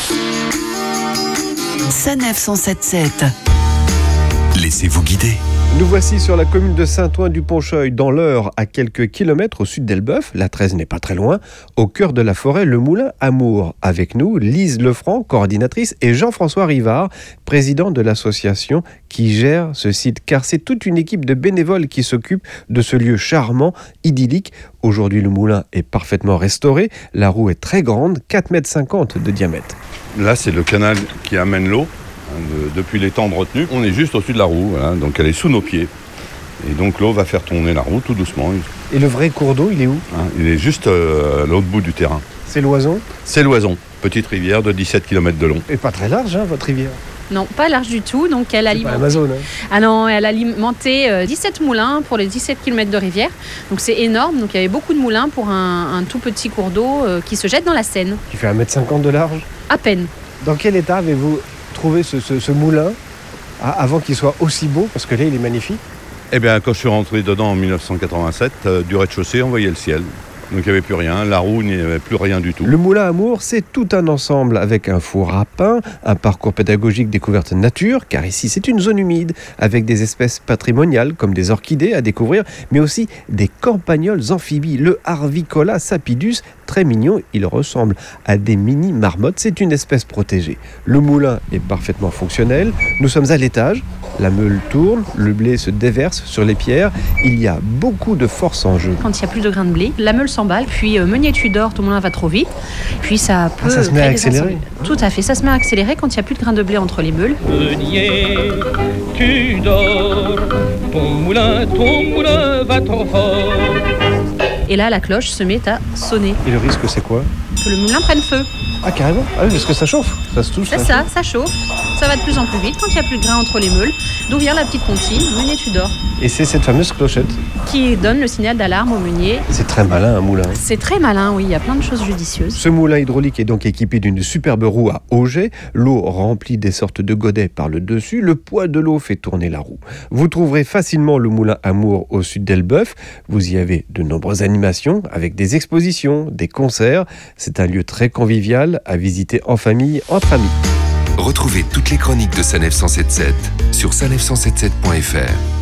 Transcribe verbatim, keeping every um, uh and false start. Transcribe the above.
Sanef cent sept sept. Laissez-vous guider. Nous voici sur la commune de Saint-Ouen-du-Poncheuil, dans l'Eure, à quelques kilomètres au sud d'Elbeuf. La treize n'est pas très loin. Au cœur de la forêt, le moulin Amour. Avec nous, Lise Lefranc, coordinatrice, et Jean-François Rivard, président de l'association qui gère ce site. Car c'est toute une équipe de bénévoles qui s'occupe de ce lieu charmant, idyllique. Aujourd'hui, le moulin est parfaitement restauré. La roue est très grande, quatre mètres cinquante de diamètre. Là, c'est le canal qui amène l'eau. De, depuis les temps de retenue, on est juste au-dessus de la roue, voilà, donc elle est sous nos pieds. Et donc l'eau va faire tourner la roue tout doucement. Et le vrai cours d'eau, il est où ? Hein, il est juste euh, à l'autre bout du terrain. C'est l'Oison ? C'est l'Oison, petite rivière de dix-sept kilomètres de long. Et pas très large, hein, votre rivière ? Non, pas large du tout. Donc elle alimente. Pas Amazon, hein. Ah non, elle alimentait euh, dix-sept moulins pour les dix-sept kilomètres de rivière. Donc c'est énorme. Donc il y avait beaucoup de moulins pour un, un tout petit cours d'eau euh, qui se jette dans la Seine. Qui fait un mètre cinquante de large ? À peine. Dans quel état avez-vous trouvé ce, ce, ce moulin avant qu'il soit aussi beau, parce que là il est magnifique? Eh bien, quand je suis rentré dedans en dix-neuf cent quatre-vingt-sept, euh, du rez-de-chaussée, on voyait le ciel. Donc il n'y avait plus rien, la roue, il n'y avait plus rien du tout. Le moulin Amour, c'est tout un ensemble avec un four à pain, un parcours pédagogique découverte nature, car ici c'est une zone humide, avec des espèces patrimoniales comme des orchidées à découvrir, mais aussi des campagnols amphibies. Le Harvicola sapidus, très mignon, il ressemble à des mini marmottes, c'est une espèce protégée. Le moulin est parfaitement fonctionnel, nous sommes à l'étage, la meule tourne, le blé se déverse sur les pierres, il y a beaucoup de force en jeu. Quand il n'y a plus de grains de blé, la meule s'emballe, puis euh, meunier Tudor, ton moulin va trop vite, puis ça peut... Ah, ça se met à accélérer. Tout à fait, ça se met à accélérer quand il n'y a plus de grains de blé entre les meules. Meunier Tudor, ton moulin, ton moulin va trop fort. Et là, la cloche se met à sonner. Et le risque, c'est quoi ? Que le moulin prenne feu. Ah, carrément ? Ah oui, parce que ça chauffe, ça se touche. C'est ça, ça chauffe, ça va de plus en plus vite quand il n'y a plus de grains entre les meules. D'où vient la petite comptine, meunier Tudor. Et c'est cette fameuse clochette qui donne le signal d'alarme au meunier. C'est très malin, un moulin. C'est très malin, oui, il y a plein de choses judicieuses. Ce moulin hydraulique est donc équipé d'une superbe roue à auget. L'eau remplit des sortes de godets par le dessus. Le poids de l'eau fait tourner la roue. Vous trouverez facilement le moulin Amour au sud d'Elbeuf. Vous y avez de nombreuses animations avec des expositions, des concerts. C'est un lieu très convivial à visiter en famille, entre amis. Retrouvez toutes les chroniques de Sanef cent soixante-dix-sept sur sanef cent soixante-dix-sept point f r.